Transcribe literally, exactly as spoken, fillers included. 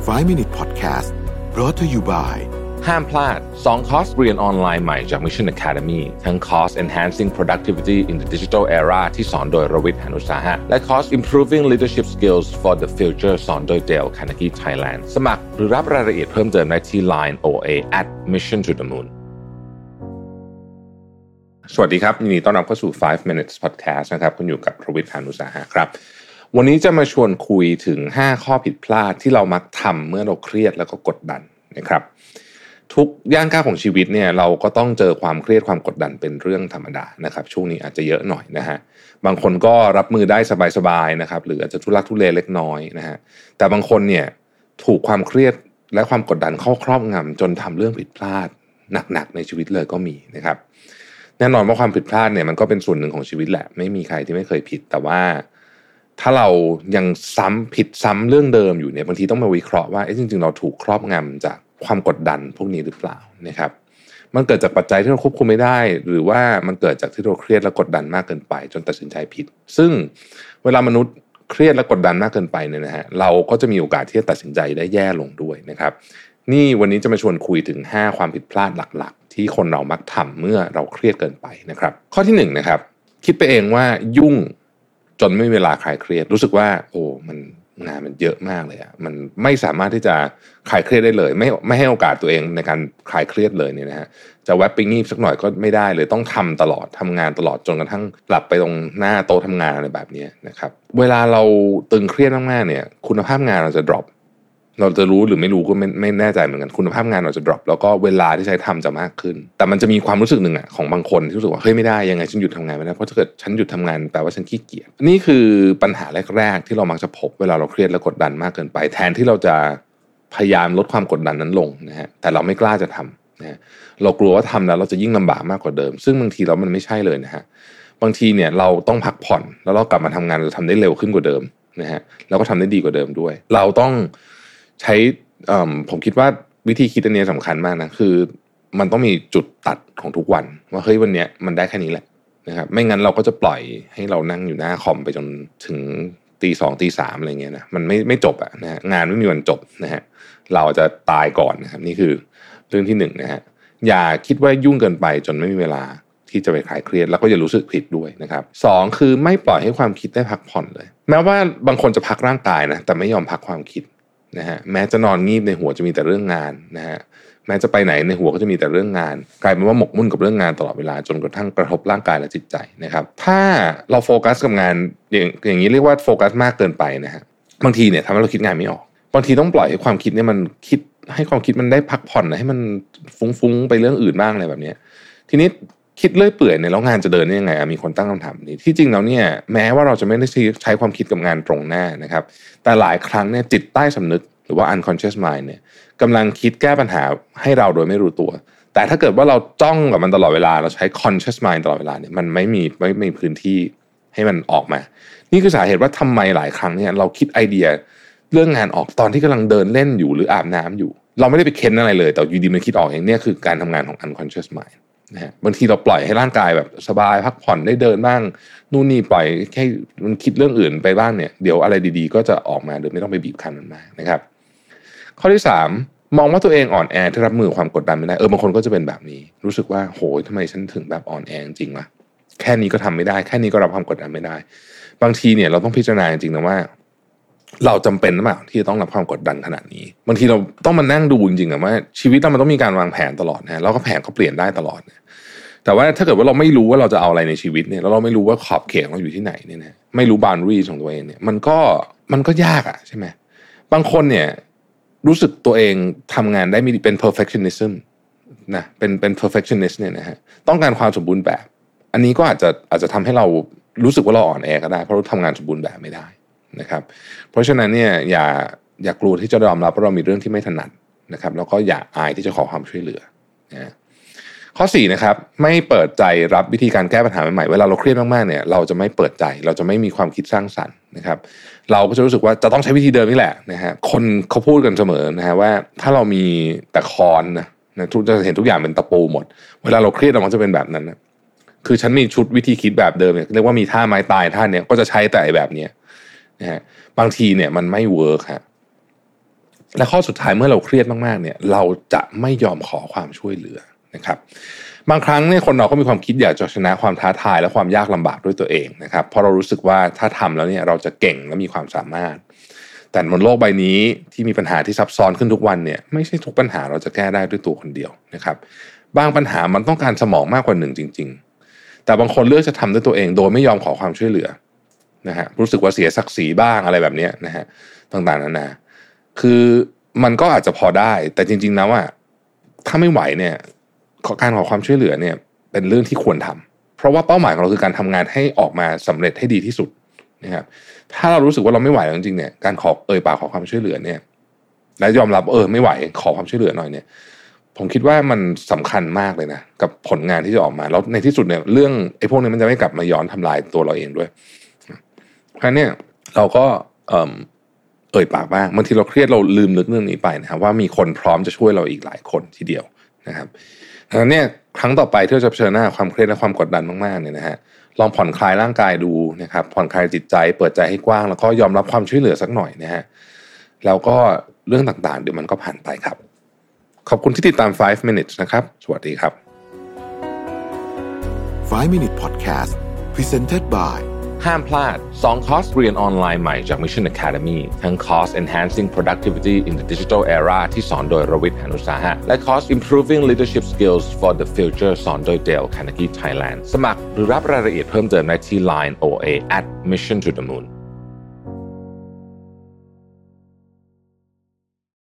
five minute podcast brought to you by ห้ามพลาดสองคอร์สเรียนออนไลน์ใหม่จาก Mission Academy ทั้งคอร์ส Enhancing Productivity in the Digital Era ที่สอนโดยรวิทย์ หาญอุตสาหะและคอร์ส Improving Leadership Skills for the Future สอนโดย Dale Carnegie Thailand สมัครหรือรับรายละเอียดเพิ่มเติมได้ที่ ไลน์ โอ เอ แอท Mission to the Moon สวัสดีครับยินดีต้อนรับเข้าสู่five minutes podcast นะครับคุณอยู่กับรวิทย์ หาญอุตสาหะครับวันนี้จะมาชวนคุยถึงห้าข้อผิดพลาดที่เรามักทำเมื่อเราเครียดแล้วก็กดดันนะครับทุกย่างก้าวของชีวิตเนี่ยเราก็ต้องเจอความเครียดความกดดันเป็นเรื่องธรรมดานะครับช่วงนี้อาจจะเยอะหน่อยนะฮะบางคนก็รับมือได้สบายๆนะครับหรืออาจจะทุลักทุเลเล็กน้อยนะฮะแต่บางคนเนี่ยถูกความเครียดและความกดดันเข้าครอบงำจนทำเรื่องผิดพลาดหนักๆในชีวิตเลยก็มีนะครับแน่นอนว่าความผิดพลาดเนี่ยมันก็เป็นส่วนหนึ่งของชีวิตแหละไม่มีใครที่ไม่เคยผิดแต่ว่าถ้าเรายังซ้ำผิดซ้ำเรื่องเดิมอยู่เนี่ยบางทีต้องมาวิเคราะห์ว่าเอ๊ะจริงๆเราถูกครอบงำจากความกดดันพวกนี้หรือเปล่านะครับมันเกิดจากปัจจัยที่เราควบคุมไม่ได้หรือว่ามันเกิดจากที่เราเครียดและกดดันมากเกินไปจนตัดสินใจผิดซึ่งเวลามนุษย์เครียดและกดดันมากเกินไปเนี่ยนะฮะเราก็จะมีโอกาสที่จะตัดสินใจได้แย่ลงด้วยนะครับนี่วันนี้จะมาชวนคุยถึงห้าความผิดพลาดหลักๆที่คนเรามักทำเมื่อเราเครียดเกินไปนะครับข้อที่หนึ่งนะครับคิดไปเองว่ายุ่งจนไม่มีเวลาคลายเครียดรู้สึกว่าโอ้มันงานมันเยอะมากเลยอ่ะมันไม่สามารถที่จะคลายเครียดได้เลยไม่ไม่ให้โอกาสตัวเองในการคลายเครียดเลยเนี่ยนะฮะจะแวบไปงีบสักหน่อยก็ไม่ได้เลยต้องทำตลอดทำงานตลอดจนกระทั่งกลับไปตรงหน้าโต๊ะทำงานอะไรแบบนี้นะครับเวลาเราตึงเครียดมากๆเนี่ยคุณภาพงานเราจะ dropเราจะรู้หรือไม่รู้ก็ไม่ไม่แน่ใจเหมือนกันคุณภาพงานเราจะ drop แล้วก็เวลาที่ใช้ทำจะมากขึ้นแต่มันจะมีความรู้สึกหนึ่งอ่ะของบางคนที่รู้สึกว่าเฮ้ยไม่ได้ยังไงฉันหยุดทำงานไม่ได้เพราะถ้าเกิดฉันหยุดทำงานแปลว่าฉันขี้เกียจนี่คือปัญหาแรกๆที่เรามักจะพบเวลาเราเครียดและกดดันมากเกินไปแทนที่เราจะพยายามลดความกดดันนั้นลงนะฮะแต่เราไม่กล้าจะทำนะเรากลัวว่าทำแล้วเราจะยิ่งลำบากมากกว่าเดิมซึ่งบางทีแล้วมันไม่ใช่เลยนะฮะบางทีเนี่ยเราต้องพักผ่อนแล้วเรากลับมาทำงานเราทำได้เร็วขึ้นกว่าเดิมนะฮะแล้วก็ทำได้ดีกว่าเดิมด้วยเราต้องใช้ผมคิดว่าวิธีคิดอันนี้สำคัญมากนะคือมันต้องมีจุดตัดของทุกวันว่าเฮ้ยวันนี้มันได้แค่นี้แหละนะครับไม่งั้นเราก็จะปล่อยให้เรานั่งอยู่หน้าคอมไปจนถึงตีสองตีสามอะไรเงี้ยนะมันไม่ไม่จบอะนะฮะงานไม่มีวันจบนะฮะเราจะตายก่อนนะครับนี่คือเรื่องที่หนึ่งนะฮะอย่าคิดว่ายุ่งเกินไปจนไม่มีเวลาที่จะไปคลายเครียดแล้วก็อย่ารู้สึกผิดด้วยนะครับสองคือไม่ปล่อยให้ความคิดได้พักผ่อนเลยแม้ว่าบางคนจะพักร่างกายนะแต่ไม่ยอมพักความคิดนะฮะแม้จะนอนงีบในหัวจะมีแต่เรื่องงานนะฮะแม้จะไปไหนในหัวก็จะมีแต่เรื่องงานกลายเป็นว่าหมกมุ่นกับเรื่องงานตลอดเวลาจนกระทั่งกระทบร่างกายและจิตใจนะครับถ้าเราโฟกัสกับงานอย่างอย่างนี้เรียกว่าโฟกัสมากเกินไปนะฮะบางทีเนี่ยทำให้เราคิดงานไม่ออกบางทีต้องปล่อยให้ความคิดเนี่ยมันคิดให้ความคิดมันได้พักผ่อนให้มันฟุ้งๆไปเรื่องอื่นบ้างอะไรแบบนี้ทีนี้คิดเลื่อยเปื่อยเนี่ยแล้วงานจะเดินได้ยังไงมีคนตั้งคำถามนี้ที่จริงแล้วเนี่ยแม้ว่าเราจะไม่ได้ใช้ความคิดกับงานตรงหน้านะครับแต่หลายครั้งเนี่ยจิตใต้สำนึกหรือว่า unconscious mind เนี่ยกำลังคิดแก้ปัญหาให้เราโดยไม่รู้ตัวแต่ถ้าเกิดว่าเราจ้องกับมันตลอดเวลาเราใช้ conscious mind ตลอดเวลาเนี่ยมันไม่มีไม่มีพื้นที่ให้มันออกมานี่คือสาเหตุว่าทำไมหลายครั้งเนี่ยเราคิดไอเดียเรื่องงานออกตอนที่กำลังเดินเล่นอยู่หรืออาบน้ำอยู่เราไม่ได้ไปเค้นอะไรเลยแต่อยู่ดีมันคิดออกอย่างนี้คือการทำงานของ unconscious mindนะฮะบางทีเราปล่อยให้ร่างกายแบบสบายพักผ่อนได้เดินบ้างนู่นนี่ปล่อยแค่มันคิดเรื่องอื่นไปบ้างเนี่ยเดี๋ยวอะไรดีๆก็จะออกมาโดยไม่ต้องไปบีบคั้นมันมานะครับข้อที่สามมองว่าตัวเองอ่อนแอที่รับมือความกดดันไม่ได้เออบางคนก็จะเป็นแบบนี้รู้สึกว่าโหยทำไมฉันถึงแบบอ่อนแอจริงวะแค่นี้ก็ทำไม่ได้แค่นี้ก็รับความกดดันไม่ได้บางทีเนี่ยเราต้องพิจารณาจริงๆนะว่าเราจำเป็นหรือเปล่าที่จะต้องรับความกดดันขนาดนี้บางทีเราต้องมานั่งดูจริงๆอะว่าชีวิตเรามันต้องมีการวางแผนตลอดนะแล้วก็แผนก็เปลี่ยนได้ตลอดนะแต่ว่าถ้าเกิดว่าเราไม่รู้ว่าเราจะเอาอะไรในชีวิตเนี่ยแล้วเราไม่รู้ว่าขอบเขตเราอยู่ที่ไหนเนี่ยนะไม่รู้ boundaries ของตัวเองเนี่ยมันก็มันก็ยากอะใช่ไหมบางคนเนี่ยรู้สึกตัวเองทำงานได้มีเป็น perfectionism นะเป็นเป็น perfectionist เนี่ยนะฮะต้องการความสมบูรณ์แบบอันนี้ก็อาจจะอาจจะทำให้เรารู้สึกว่าเราอ่อนแอก็ได้เพราะเราทำงานสมบูรณ์แบบไม่ได้นะครับเพราะฉะนั้นเนี่ยอย่าอย่ากลัวที่จะยอมรับว่าเรามีเรื่องที่ไม่ถนัดนะครับแล้วก็อย่าอายที่จะขอความช่วยเหลือนะข้อสี่นะครับไม่เปิดใจรับวิธีการแก้ปัญหาใหม่ๆเวลาเราเครียดมากๆเนี่ยเราจะไม่เปิดใจเราจะไม่มีความคิดสร้างสรรค์นะครับเราก็จะรู้สึกว่าจะต้องใช้วิธีเดิมนี่แหละนะฮะคนเขาพูดกันเสมอนะฮะว่าถ้าเรามีแต่ค้อนนะนะทุกจะเห็นทุกอย่างเป็นตะปูหมดเวลาเราเครียดมันจะเป็นแบบนั้นนะคือฉันมีชุดวิธีคิดแบบเดิมเนี่ยเรียกว่ามีท่าไม้ตายท่าเนี่ยก็จะใช้แต่แบบนี้นะฮะบางทีเนี่ยมันไม่เวิร์คฮะและข้อสุดท้ายเมื่อเราเครียดมากๆเนี่ยเราจะไม่ยอมขอความช่วยเหลือนะครับบางครั้งเนี่ยคนเราก็มีความคิดอยากจะชนะความท้าทายและความยากลำบากด้วยตัวเองนะครับเพราะเรารู้สึกว่าถ้าทำแล้วเนี่ยเราจะเก่งและมีความสามารถแต่บนโลกใบนี้ที่มีปัญหาที่ซับซ้อนขึ้นทุกวันเนี่ยไม่ใช่ทุกปัญหาเราจะแก้ได้ด้วยตัวคนเดียวนะครับบางปัญหามันต้องการสมองมากกว่าหนึ่งจริงๆแต่บางคนเลือกจะทำด้วยตัวเองโดยไม่ยอมขอความช่วยเหลือนะฮะรู้สึกว่าเสียศักดิ์ศรีบ้างอะไรแบบนี้นะฮะต่างๆนานาคือมันก็อาจจะพอได้แต่จริงๆแล้วอ่ะถ้าไม่ไหวเนี่ยการขอความช่วยเหลือเนี่ยเป็นเรื่องที่ควรทำเพราะว่าเป้าหมายของเราคือการทำงานให้ออกมาสำเร็จให้ดีที่สุดนะครับถ้าเรารู้สึกว่าเราไม่ไหวจริงๆเนี่ยการขอเอ่ยปากขอความช่วยเหลือเนี่ยและยอมรับเออไม่ไหวขอความช่วยเหลือหน่อยเนี่ยผมคิดว่ามันสำคัญมากเลยนะกับผลงานที่จะออกมาแล้วในที่สุดเนี่ยเรื่องไอ้พวกนี้มันจะไม่กลับมาย้อนทำลายตัวเราเองด้วยเพราะเนี่ยเราก็เอ่อเอ่ยปากบ้างบางทีเราเครียดเราลืมนึกเรื่องนี้ไปนะครับว่ามีคนพร้อมจะช่วยเราอีกหลายคนทีเดียวนะครับดังนั้นเนี่ยครั้งต่อไปที่เราจะเผชิญหน้าความเครียดและความกดดันมากๆเนี่ยนะฮะลองผ่อนคลายร่างกายดูนะครับผ่อนคลายจิตใจเปิดใจให้กว้างแล้วก็ยอมรับความช่วยเหลือสักหน่อยนะฮะแล้วก็เรื่องต่างๆเดี๋ยวมันก็ผ่านไปครับขอบคุณที่ติดตามไฟว์ minutes นะครับสวัสดีครับไฟว์ minute podcast presented by ห้ามพลาดสองคอร์สเรียนออนไลน์ใหม่จาก Mission Academy ทั้งคอร์ส Enhancing Productivity in the Digital Era ที่สอนโดยรวิทย์ หาญอุตสาหะและคอร์ส Improving Leadership Skills for the Future สอนโดย Dale Carnegie Thailand สมัครหรือรับรายละเอียดเพิ่มเติมได้ที่ ไลน์ โอ เอ at mission to the moon